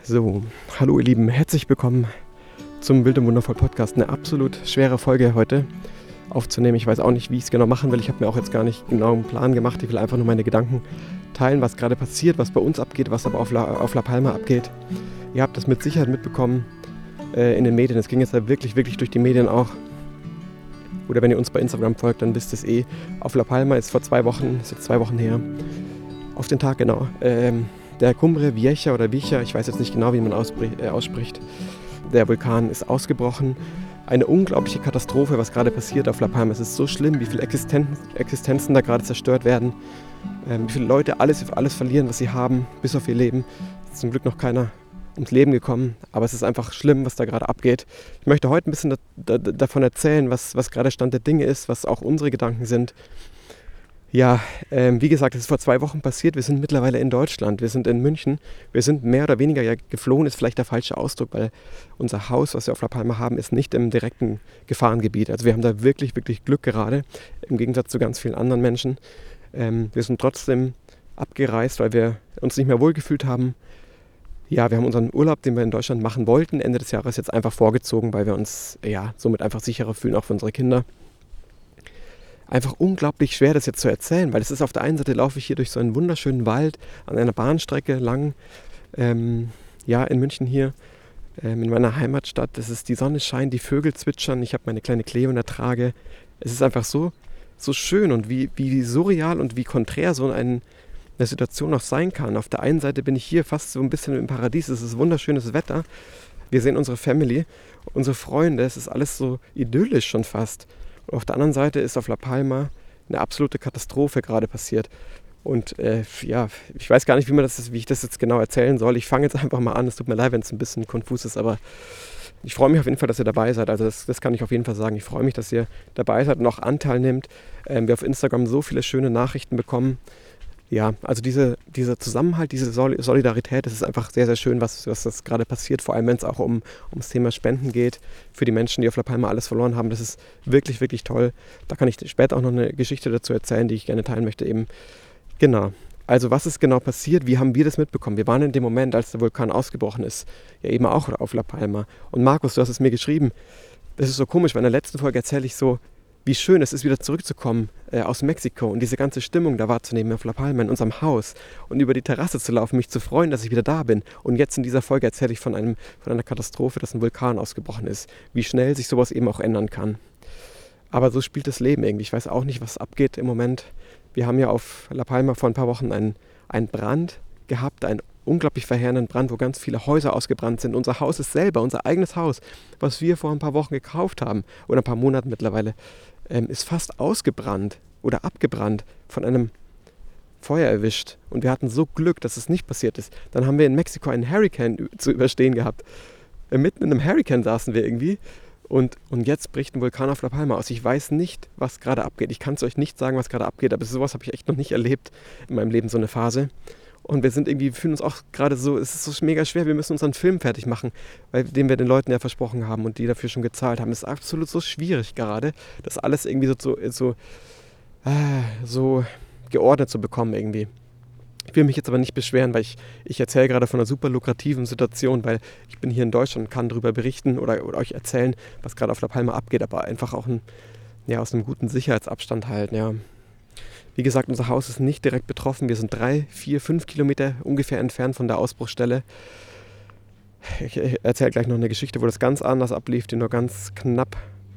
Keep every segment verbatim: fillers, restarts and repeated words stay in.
So, hallo ihr Lieben, herzlich willkommen zum Wild und Wundervoll Podcast. Eine absolut schwere Folge heute aufzunehmen. Ich weiß auch nicht, wie ich es genau machen will. Ich habe mir auch jetzt gar nicht genau einen Plan gemacht. Ich will einfach nur meine Gedanken teilen, was gerade passiert, was bei uns abgeht, was aber auf La, auf La Palma abgeht. Ihr habt das mit Sicherheit mitbekommen äh, in den Medien. Es ging jetzt da wirklich, wirklich durch die Medien auch. Oder wenn ihr uns bei Instagram folgt, dann wisst ihr es eh. Auf La Palma ist vor zwei Wochen, ist jetzt zwei Wochen her, auf den Tag genau, ähm, der Cumbre Vieja oder Vieja, ich weiß jetzt nicht genau, wie man ausspricht, äh, ausspricht, der Vulkan ist ausgebrochen. Eine unglaubliche Katastrophe, was gerade passiert auf La Palma. Es ist so schlimm, wie viele Existen- Existenzen da gerade zerstört werden, ähm, wie viele Leute alles, alles verlieren, was sie haben, bis auf ihr Leben. Es ist zum Glück noch keiner ums Leben gekommen, aber es ist einfach schlimm, was da gerade abgeht. Ich möchte heute ein bisschen da, da, davon erzählen, was, was gerade Stand der Dinge ist, was auch unsere Gedanken sind. Ja, ähm, wie gesagt, es ist vor zwei Wochen passiert. Wir sind mittlerweile in Deutschland, wir sind in München. Wir sind mehr oder weniger ja geflohen, ist vielleicht der falsche Ausdruck, weil unser Haus, was wir auf La Palma haben, ist nicht im direkten Gefahrengebiet. Also wir haben da wirklich, wirklich Glück gerade, im Gegensatz zu ganz vielen anderen Menschen. Ähm, wir sind trotzdem abgereist, weil wir uns nicht mehr wohlgefühlt haben. Ja, wir haben unseren Urlaub, den wir in Deutschland machen wollten, Ende des Jahres jetzt einfach vorgezogen, weil wir uns ja somit einfach sicherer fühlen, auch für unsere Kinder. Einfach unglaublich schwer, das jetzt zu erzählen, weil es ist auf der einen Seite laufe ich hier durch so einen wunderschönen Wald an einer Bahnstrecke lang, ähm, ja, in München hier, ähm, in meiner Heimatstadt. Es ist, die Sonne scheint, die Vögel zwitschern, ich habe meine kleine Cleo in der Trage. Es ist einfach so, so schön und wie, wie surreal und wie konträr so ein, eine Situation auch sein kann. Auf der einen Seite bin ich hier fast so ein bisschen im Paradies, es ist wunderschönes Wetter. Wir sehen unsere Family, unsere Freunde, es ist alles so idyllisch schon fast. Und auf der anderen Seite ist auf La Palma eine absolute Katastrophe gerade passiert. Und äh, ja, ich weiß gar nicht, wie, man das, wie ich das jetzt genau erzählen soll. Ich fange jetzt einfach mal an. Es tut mir leid, wenn es ein bisschen konfus ist, aber ich freue mich auf jeden Fall, dass ihr dabei seid. Also das, das kann ich auf jeden Fall sagen. Ich freue mich, dass ihr dabei seid und auch Anteil nehmt. Ähm, wir auf Instagram so viele schöne Nachrichten bekommen. Ja, also diese, dieser Zusammenhalt, diese Solidarität, das ist einfach sehr, sehr schön, was, was das gerade passiert, vor allem wenn es auch um, ums Thema Spenden geht, für die Menschen, die auf La Palma alles verloren haben. Das ist wirklich, wirklich toll. Da kann ich später auch noch eine Geschichte dazu erzählen, die ich gerne teilen möchte eben. Genau, also was ist genau passiert, wie haben wir das mitbekommen? Wir waren in dem Moment, als der Vulkan ausgebrochen ist, ja eben auch auf La Palma. Und Markus, du hast es mir geschrieben, das ist so komisch, weil in der letzten Folge erzähle ich so, wie schön es ist, wieder zurückzukommen äh, aus Mexiko und diese ganze Stimmung da wahrzunehmen auf La Palma in unserem Haus und über die Terrasse zu laufen, mich zu freuen, dass ich wieder da bin. Und jetzt in dieser Folge erzähle ich von, einem, von einer Katastrophe, dass ein Vulkan ausgebrochen ist. Wie schnell sich sowas eben auch ändern kann. Aber so spielt das Leben irgendwie. Ich weiß auch nicht, was abgeht im Moment. Wir haben ja auf La Palma vor ein paar Wochen einen, einen Brand gehabt, einen unglaublich verheerenden Brand, wo ganz viele Häuser ausgebrannt sind. Unser Haus ist selber, unser eigenes Haus, was wir vor ein paar Wochen gekauft haben, oder ein paar Monaten mittlerweile, ähm, ist fast ausgebrannt oder abgebrannt, von einem Feuer erwischt. Und wir hatten so Glück, dass es nicht passiert ist. Dann haben wir in Mexiko einen Hurrikan zu überstehen gehabt. Äh, mitten in einem Hurrikan saßen wir irgendwie. Und, und jetzt bricht ein Vulkan auf La Palma aus. Ich weiß nicht, was gerade abgeht. Ich kann es euch nicht sagen, was gerade abgeht, aber sowas habe ich echt noch nicht erlebt in meinem Leben, so eine Phase. Und wir sind irgendwie, fühlen uns auch gerade so, es ist so mega schwer, wir müssen unseren Film fertig machen, weil, den wir den Leuten ja versprochen haben und die dafür schon gezahlt haben. Es ist absolut so schwierig gerade, das alles irgendwie so, so, so, äh, so geordnet zu bekommen irgendwie. Ich will mich jetzt aber nicht beschweren, weil ich, ich erzähle gerade von einer super lukrativen Situation, weil ich bin hier in Deutschland und kann darüber berichten oder, oder euch erzählen, was gerade auf La Palma abgeht, aber einfach auch ein, ja, aus einem guten Sicherheitsabstand halt, ja. Wie gesagt, unser Haus ist nicht direkt betroffen. Wir sind drei, vier, fünf Kilometer ungefähr entfernt von der Ausbruchsstelle. Ich erzähle gleich noch eine Geschichte, wo das ganz anders ablief, die nur ganz knapp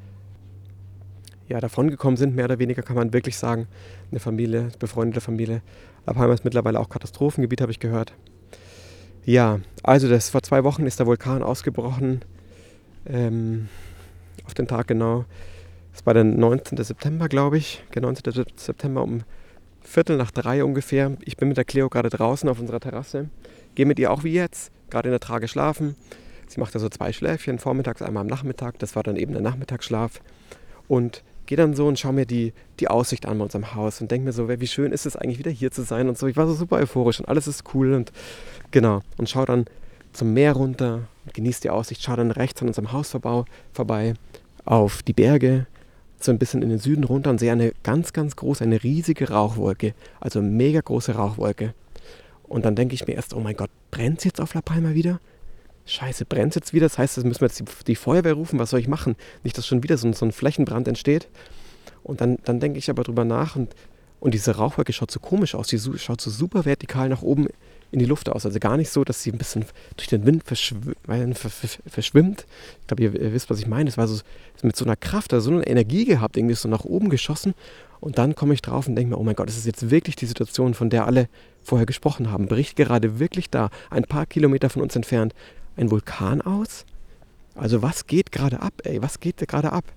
ja, davongekommen sind, mehr oder weniger kann man wirklich sagen. Eine Familie, befreundete Familie. La Palma ist mittlerweile auch Katastrophengebiet, habe ich gehört. Ja, also das vor zwei Wochen ist der Vulkan ausgebrochen. Ähm, auf den Tag genau. Das war der neunzehnten September, glaube ich. Der neunzehnten September um Viertel nach drei ungefähr. Ich bin mit der Cleo gerade draußen auf unserer Terrasse. Gehe mit ihr auch wie jetzt, gerade in der Trage schlafen. Sie macht ja so zwei Schläfchen, vormittags, einmal am Nachmittag. Das war dann eben der Nachmittagsschlaf. Und gehe dann so und schaue mir die, die Aussicht an bei unserem Haus und denke mir so, wie schön ist es eigentlich wieder hier zu sein und so. Ich war so super euphorisch und alles ist cool und genau. Und schaue dann zum Meer runter, genieße die Aussicht, schaue dann rechts an unserem Haus vorbei auf die Berge, so ein bisschen in den Süden runter und sehe eine ganz, ganz große, eine riesige Rauchwolke, also eine mega große Rauchwolke. Und dann denke ich mir erst, oh mein Gott, brennt es jetzt auf La Palma wieder? scheiße, brennt jetzt wieder? Das heißt, jetzt müssen wir jetzt die, die Feuerwehr rufen, was soll ich machen? Nicht, dass schon wieder so, so ein Flächenbrand entsteht. Und dann, dann denke ich aber drüber nach und, und diese Rauchwolke schaut so komisch aus, die su- schaut so super vertikal nach oben in die Luft aus. Also gar nicht so, dass sie ein bisschen durch den Wind verschw- ver- ver- verschwimmt. Ich glaube, ihr, ihr wisst, was ich meine. Es war so mit so einer Kraft, also so eine Energie gehabt, irgendwie ist so nach oben geschossen. Und dann komme ich drauf und denke mir, oh mein Gott, das ist jetzt wirklich die Situation, von der alle vorher gesprochen haben. Bricht gerade wirklich da, ein paar Kilometer von uns entfernt, ein Vulkan aus? Also was geht gerade ab, ey? Was geht da gerade ab?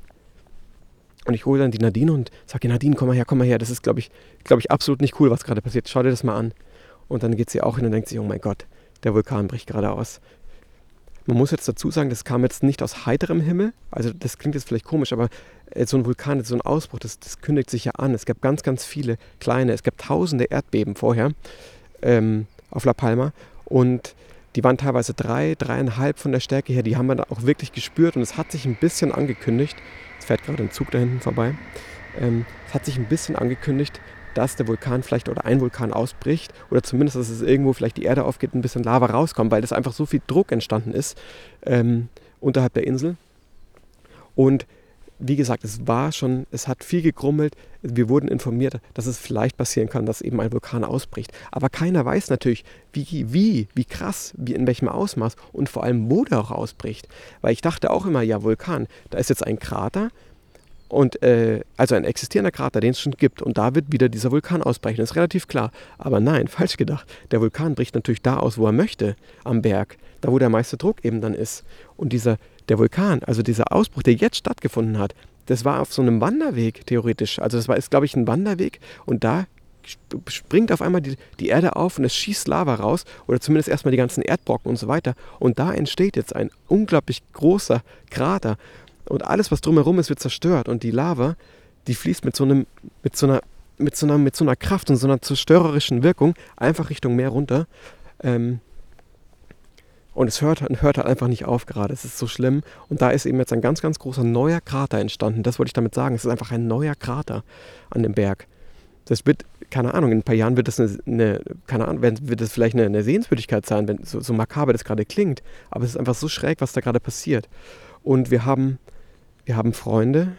Und ich hole dann die Nadine und sage, Nadine, komm mal her, komm mal her. Das ist, glaube ich, glaube ich, absolut nicht cool, was gerade passiert. Schau dir das mal an. Und dann geht sie auch hin und denkt sich, oh mein Gott, der Vulkan bricht gerade aus. Man muss jetzt dazu sagen, das kam jetzt nicht aus heiterem Himmel. Also das klingt jetzt vielleicht komisch, aber so ein Vulkan, so ein Ausbruch, das, das kündigt sich ja an. Es gab ganz, ganz viele kleine, es gab tausende Erdbeben vorher ähm, auf La Palma. Und die waren teilweise drei, dreieinhalb von der Stärke her. Die haben wir dann auch wirklich gespürt und es hat sich ein bisschen angekündigt. Es fährt gerade ein Zug da hinten vorbei. Ähm, es hat sich ein bisschen angekündigt, dass der Vulkan vielleicht oder ein Vulkan ausbricht oder zumindest, dass es irgendwo vielleicht die Erde aufgeht und ein bisschen Lava rauskommt, weil das einfach so viel Druck entstanden ist ähm, unterhalb der Insel. Und wie gesagt, es war schon, es hat viel gegrummelt. Wir wurden informiert, dass es vielleicht passieren kann, dass eben ein Vulkan ausbricht. Aber keiner weiß natürlich, wie, wie, wie krass, wie in welchem Ausmaß und vor allem, wo der auch ausbricht. Weil ich dachte auch immer, ja, Vulkan, da ist jetzt ein Krater, und äh, also ein existierender Krater, den es schon gibt. Und da wird wieder dieser Vulkan ausbrechen. Das ist relativ klar. Aber nein, falsch gedacht. Der Vulkan bricht natürlich da aus, wo er möchte, am Berg. Da, wo der meiste Druck eben dann ist. Und dieser, der Vulkan, also dieser Ausbruch, der jetzt stattgefunden hat, das war auf so einem Wanderweg theoretisch. Also das war, ist, glaube ich, ein Wanderweg. Und da springt auf einmal die, die Erde auf und es schießt Lava raus. Oder zumindest erstmal die ganzen Erdbrocken und so weiter. Und da entsteht jetzt ein unglaublich großer Krater. Und alles, was drumherum ist, wird zerstört. Und die Lava, die fließt mit so einem, mit so einer, mit so einer, mit so einer Kraft und so einer zerstörerischen Wirkung einfach Richtung Meer runter. Ähm und es hört, hört halt einfach nicht auf gerade. Es ist so schlimm. Und da ist eben jetzt ein ganz, ganz großer neuer Krater entstanden. Das wollte ich damit sagen. Es ist einfach ein neuer Krater an dem Berg. Das wird, keine Ahnung, in ein paar Jahren wird das eine, eine keine Ahnung, wird das vielleicht eine, eine Sehenswürdigkeit sein, wenn so, so makaber das gerade klingt. Aber es ist einfach so schräg, was da gerade passiert. Und wir haben, wir haben Freunde,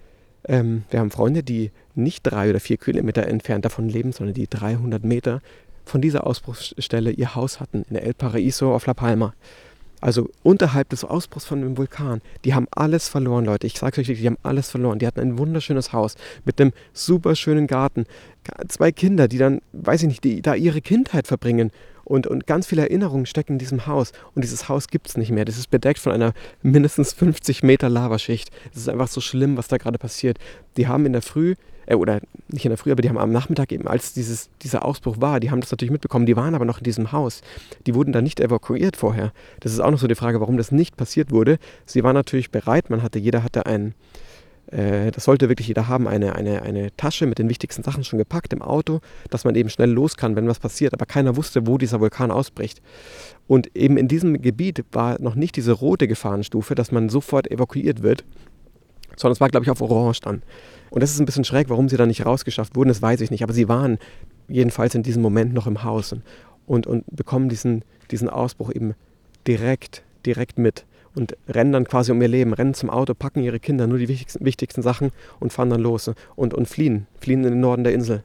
ähm, wir haben Freunde, die nicht drei oder vier Kilometer entfernt davon leben, sondern die dreihundert Meter von dieser Ausbruchsstelle ihr Haus hatten, in El Paraíso auf La Palma. Also unterhalb des Ausbruchs von dem Vulkan. Die haben alles verloren, Leute. Ich sage euch wirklich, die haben alles verloren. Die hatten ein wunderschönes Haus mit einem super schönen Garten. Zwei Kinder, die dann, weiß ich nicht, die da ihre Kindheit verbringen. Und, und ganz viele Erinnerungen stecken in diesem Haus. Und dieses Haus gibt es nicht mehr. Das ist bedeckt von einer mindestens fünfzig Meter Lavaschicht. Es ist einfach so schlimm, was da gerade passiert. Die haben in der Früh, äh, oder nicht in der Früh, aber die haben am Nachmittag eben, als dieses, dieser Ausbruch war, die haben das natürlich mitbekommen, die waren aber noch in diesem Haus. Die wurden da nicht evakuiert vorher. Das ist auch noch so die Frage, warum das nicht passiert wurde. Sie waren natürlich bereit, man hatte, jeder hatte ein, äh, das sollte wirklich jeder haben, eine, eine, eine Tasche mit den wichtigsten Sachen schon gepackt im Auto, dass man eben schnell los kann, wenn was passiert. Aber keiner wusste, wo dieser Vulkan ausbricht. Und eben in diesem Gebiet war noch nicht diese rote Gefahrenstufe, dass man sofort evakuiert wird, sondern es war, glaube ich, auf Orange dann. Und das ist ein bisschen schräg, warum sie da nicht rausgeschafft wurden, das weiß ich nicht. Aber sie waren jedenfalls in diesem Moment noch im Haus und, und, und bekommen diesen, diesen Ausbruch eben direkt, direkt mit. Und rennen dann quasi um ihr Leben, rennen zum Auto, packen ihre Kinder, nur die wichtigsten, wichtigsten Sachen und fahren dann los und, und fliehen, fliehen in den Norden der Insel.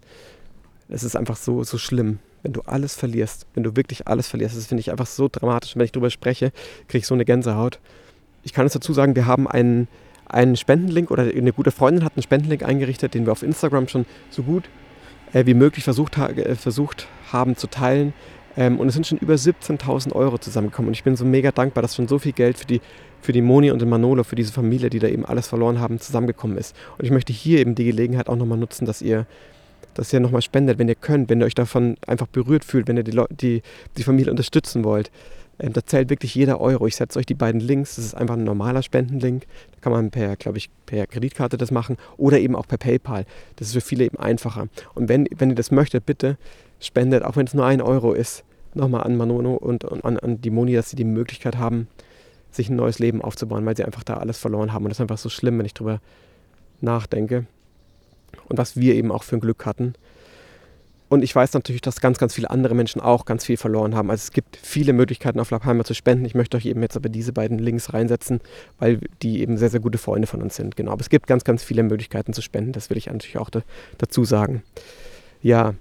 Es ist einfach so, so schlimm, wenn du alles verlierst, wenn du wirklich alles verlierst. Das finde ich einfach so dramatisch. Wenn ich darüber spreche, kriege ich so eine Gänsehaut. Ich kann es dazu sagen, wir haben einen, einen Spendenlink oder eine gute Freundin hat einen Spendenlink eingerichtet, den wir auf Instagram schon so gut äh, wie möglich versucht, ha- äh, versucht haben zu teilen. Ähm, und es sind schon über siebzehntausend Euro zusammengekommen. Und ich bin so mega dankbar, dass schon so viel Geld für die, für die Moni und den Manolo, für diese Familie, die da eben alles verloren haben, zusammengekommen ist. Und ich möchte hier eben die Gelegenheit auch nochmal nutzen, dass ihr, dass ihr nochmal spendet, wenn ihr könnt, wenn ihr euch davon einfach berührt fühlt, wenn ihr die, Leu- die, die Familie unterstützen wollt. Ähm, da zählt wirklich jeder Euro. Ich setze euch die beiden Links. Das ist einfach ein normaler Spendenlink. Da kann man per, glaube ich, per Kreditkarte das machen oder eben auch per PayPal. Das ist für viele eben einfacher. Und wenn, wenn ihr das möchtet, bitte spendet, auch wenn es nur ein Euro ist, nochmal an Manolo und, und an, an die Moni, dass sie die Möglichkeit haben, sich ein neues Leben aufzubauen, weil sie einfach da alles verloren haben. Und das ist einfach so schlimm, wenn ich drüber nachdenke. Und was wir eben auch für ein Glück hatten. Und ich weiß natürlich, dass ganz, ganz viele andere Menschen auch ganz viel verloren haben. Also es gibt viele Möglichkeiten, auf La Palma zu spenden. Ich möchte euch eben jetzt aber diese beiden Links reinsetzen, weil die eben sehr, sehr gute Freunde von uns sind. Genau, aber es gibt ganz, ganz viele Möglichkeiten zu spenden. Das will ich natürlich auch da, dazu sagen. Ja,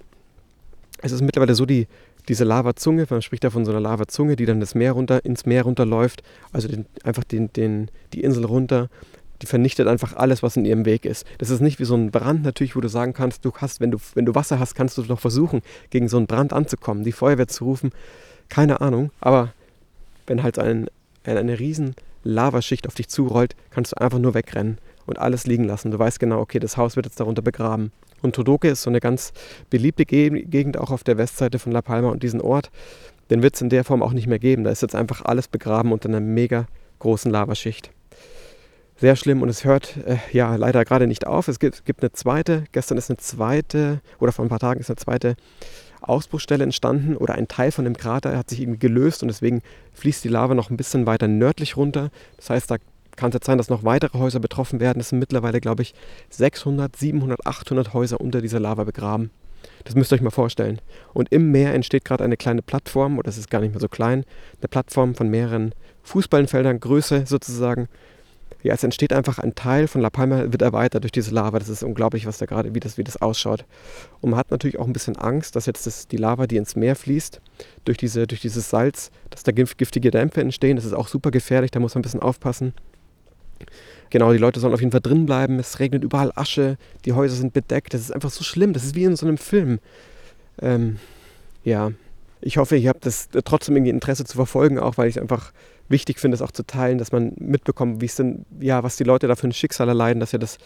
es ist mittlerweile so, die, diese Lavazunge, man spricht da von so einer Lavazunge, die dann das Meer runter, ins Meer runterläuft, also den, einfach den, den, die Insel runter. Die vernichtet einfach alles, was in ihrem Weg ist. Das ist nicht wie so ein Brand natürlich, wo du sagen kannst, du hast, wenn du, wenn du Wasser hast, kannst du noch versuchen, gegen so einen Brand anzukommen, die Feuerwehr zu rufen. Keine Ahnung, aber wenn halt ein, eine riesen Lavaschicht auf dich zurollt, kannst du einfach nur wegrennen und alles liegen lassen. Du weißt genau, okay, das Haus wird jetzt darunter begraben. Und Todoque ist so eine ganz beliebte Gegend auch auf der Westseite von La Palma, und diesen Ort, den wird es in der Form auch nicht mehr geben. Da ist jetzt einfach alles begraben unter einer mega großen Lavaschicht. Sehr schlimm, und es hört äh, ja leider gerade nicht auf. Es gibt, gibt eine zweite, gestern ist eine zweite, oder vor ein paar Tagen ist eine zweite Ausbruchsstelle entstanden, oder ein Teil von dem Krater hat sich irgendwie gelöst, und deswegen fließt die Lava noch ein bisschen weiter nördlich runter. Das heißt, da kann es jetzt sein, dass noch weitere Häuser betroffen werden. Es sind mittlerweile, glaube ich, sechshundert, siebenhundert, achthundert Häuser unter dieser Lava begraben. Das müsst ihr euch mal vorstellen. Und im Meer entsteht gerade eine kleine Plattform, oder es ist gar nicht mehr so klein, eine Plattform von mehreren Fußballfeldern, Größe sozusagen. Ja, es entsteht einfach ein Teil von La Palma, wird erweitert durch diese Lava. Das ist unglaublich, was da gerade, wie das, wie das ausschaut. Und man hat natürlich auch ein bisschen Angst, dass jetzt das, die Lava, die ins Meer fließt, durch, diese, durch dieses Salz, dass da giftige Dämpfe entstehen. Das ist auch super gefährlich, da muss man ein bisschen aufpassen. Genau, die Leute sollen auf jeden Fall drin bleiben. Es regnet überall Asche, die Häuser sind bedeckt. Das ist einfach so schlimm, das ist wie in so einem Film. Ähm, ja, ich hoffe, ihr habt das trotzdem irgendwie Interesse zu verfolgen, auch weil ich es einfach wichtig finde, es auch zu teilen, dass man mitbekommt, wie es denn, ja, was die Leute da für ein Schicksal erleiden, dass ja das,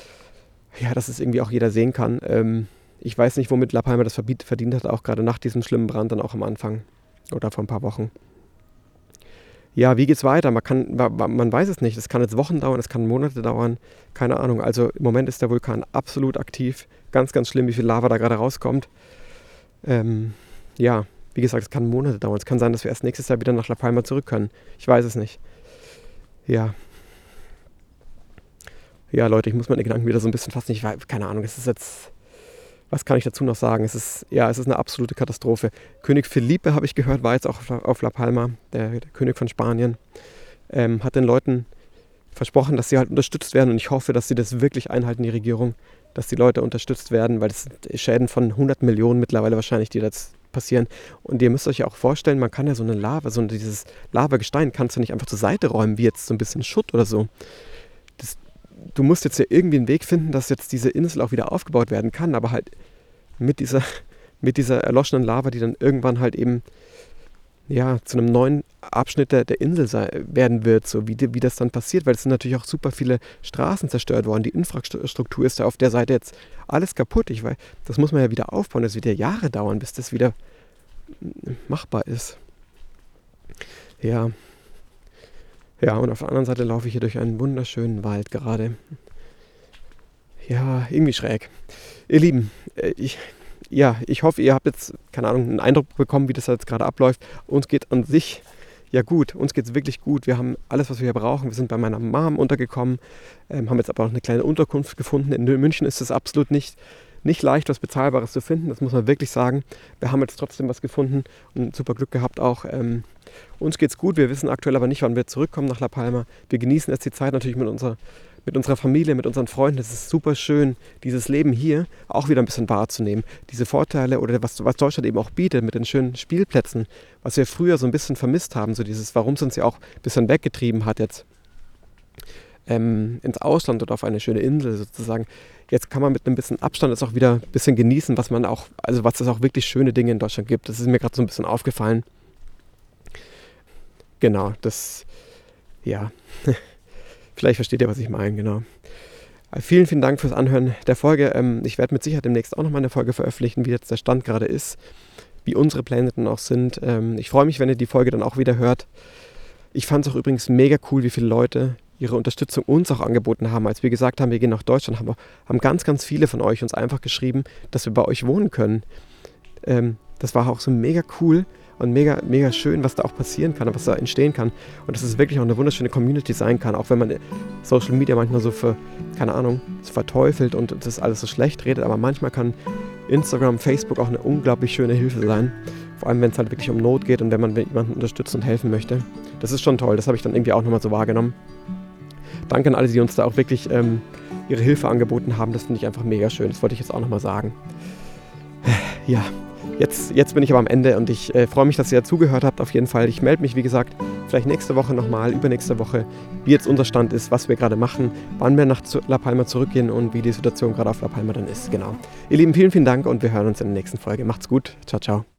ja, dass es irgendwie auch jeder sehen kann. Ähm, ich weiß nicht, womit La Palma das verdient hat, auch gerade nach diesem schlimmen Brand, dann auch am Anfang oder vor ein paar Wochen. Ja, wie geht's weiter? Man kann, man weiß es nicht. Es kann jetzt Wochen dauern, es kann Monate dauern, keine Ahnung. Also im Moment ist der Vulkan absolut aktiv. Ganz, ganz schlimm, wie viel Lava da gerade rauskommt. Ähm, ja, wie gesagt, es kann Monate dauern. Es kann sein, dass wir erst nächstes Jahr wieder nach La Palma zurück können. Ich weiß es nicht. Ja. Ja, Leute, ich muss meine Gedanken wieder so ein bisschen fassen. Ich weiß, keine Ahnung, es ist jetzt... Was kann ich dazu noch sagen? Es ist, ja, es ist eine absolute Katastrophe. König Felipe, habe ich gehört, war jetzt auch auf, auf La Palma, der, der König von Spanien, ähm, hat den Leuten versprochen, dass sie halt unterstützt werden, und ich hoffe, dass sie das wirklich einhalten, die Regierung, dass die Leute unterstützt werden, weil es sind Schäden von hundert Millionen mittlerweile wahrscheinlich, die jetzt passieren. Und ihr müsst euch ja auch vorstellen, man kann ja so eine Lava, so dieses Lavagestein kannst du nicht einfach zur Seite räumen, wie jetzt so ein bisschen Schutt oder so. Das, du musst jetzt ja irgendwie einen Weg finden, dass jetzt diese Insel auch wieder aufgebaut werden kann, aber halt mit dieser, mit dieser erloschenen Lava, die dann irgendwann halt eben ja, zu einem neuen Abschnitt der, der Insel sei, werden wird, so wie, wie das dann passiert, weil es sind natürlich auch super viele Straßen zerstört worden, die Infrastruktur ist da auf der Seite jetzt alles kaputt. Ich weiß, das muss man ja wieder aufbauen, das wird ja Jahre dauern, bis das wieder machbar ist. Ja. Ja, und auf der anderen Seite laufe ich hier durch einen wunderschönen Wald gerade. Ja, irgendwie schräg. Ihr Lieben, ich, ja, ich hoffe, ihr habt jetzt, keine Ahnung, einen Eindruck bekommen, wie das jetzt gerade abläuft. Uns geht an sich ja gut, uns geht es wirklich gut. Wir haben alles, was wir hier brauchen. Wir sind bei meiner Mom untergekommen, ähm, haben jetzt aber auch eine kleine Unterkunft gefunden. In München ist es absolut nicht, nicht leicht, was Bezahlbares zu finden, das muss man wirklich sagen. Wir haben jetzt trotzdem was gefunden und super Glück gehabt auch. Ähm, uns geht's gut, wir wissen aktuell aber nicht, wann wir zurückkommen nach La Palma. Wir genießen jetzt die Zeit natürlich mit unserer, mit unserer Familie, mit unseren Freunden. Es ist super schön, dieses Leben hier auch wieder ein bisschen wahrzunehmen. Diese Vorteile oder was, was Deutschland eben auch bietet mit den schönen Spielplätzen, was wir früher so ein bisschen vermisst haben, so dieses, warum es uns ja auch ein bisschen weggetrieben hat jetzt ähm, ins Ausland oder auf eine schöne Insel sozusagen. Jetzt kann man mit einem bisschen Abstand das auch wieder ein bisschen genießen, was man auch, also was es auch wirklich schöne Dinge in Deutschland gibt. Das ist mir gerade so ein bisschen aufgefallen. Genau, das, ja, vielleicht versteht ihr, was ich meine, genau. Vielen, vielen Dank fürs Anhören der Folge. Ich werde mit Sicherheit demnächst auch nochmal eine Folge veröffentlichen, wie jetzt der Stand gerade ist, wie unsere Pläne dann auch sind. Ich freue mich, wenn ihr die Folge dann auch wieder hört. Ich fand es auch übrigens mega cool, wie viele Leute ihre Unterstützung uns auch angeboten haben. Als wir gesagt haben, wir gehen nach Deutschland, haben, haben ganz, ganz viele von euch uns einfach geschrieben, dass wir bei euch wohnen können. Das war auch so mega cool und mega, mega schön, was da auch passieren kann und was da entstehen kann. Und dass es wirklich auch eine wunderschöne Community sein kann, auch wenn man Social Media manchmal so für, keine Ahnung, so verteufelt und das alles so schlecht redet. Aber manchmal kann Instagram, Facebook auch eine unglaublich schöne Hilfe sein. Vor allem, wenn es halt wirklich um Not geht und wenn man jemanden unterstützen und helfen möchte. Das ist schon toll, das habe ich dann irgendwie auch nochmal so wahrgenommen. Danke an alle, die uns da auch wirklich ähm, ihre Hilfe angeboten haben. Das finde ich einfach mega schön. Das wollte ich jetzt auch nochmal sagen. Ja, jetzt, jetzt bin ich aber am Ende und ich äh, freue mich, dass ihr zugehört habt auf jeden Fall. Ich melde mich, wie gesagt, vielleicht nächste Woche nochmal, übernächste Woche, wie jetzt unser Stand ist, was wir gerade machen, wann wir nach La Palma zurückgehen und wie die Situation gerade auf La Palma dann ist. Genau. Ihr Lieben, vielen, vielen Dank und wir hören uns in der nächsten Folge. Macht's gut. Ciao, ciao.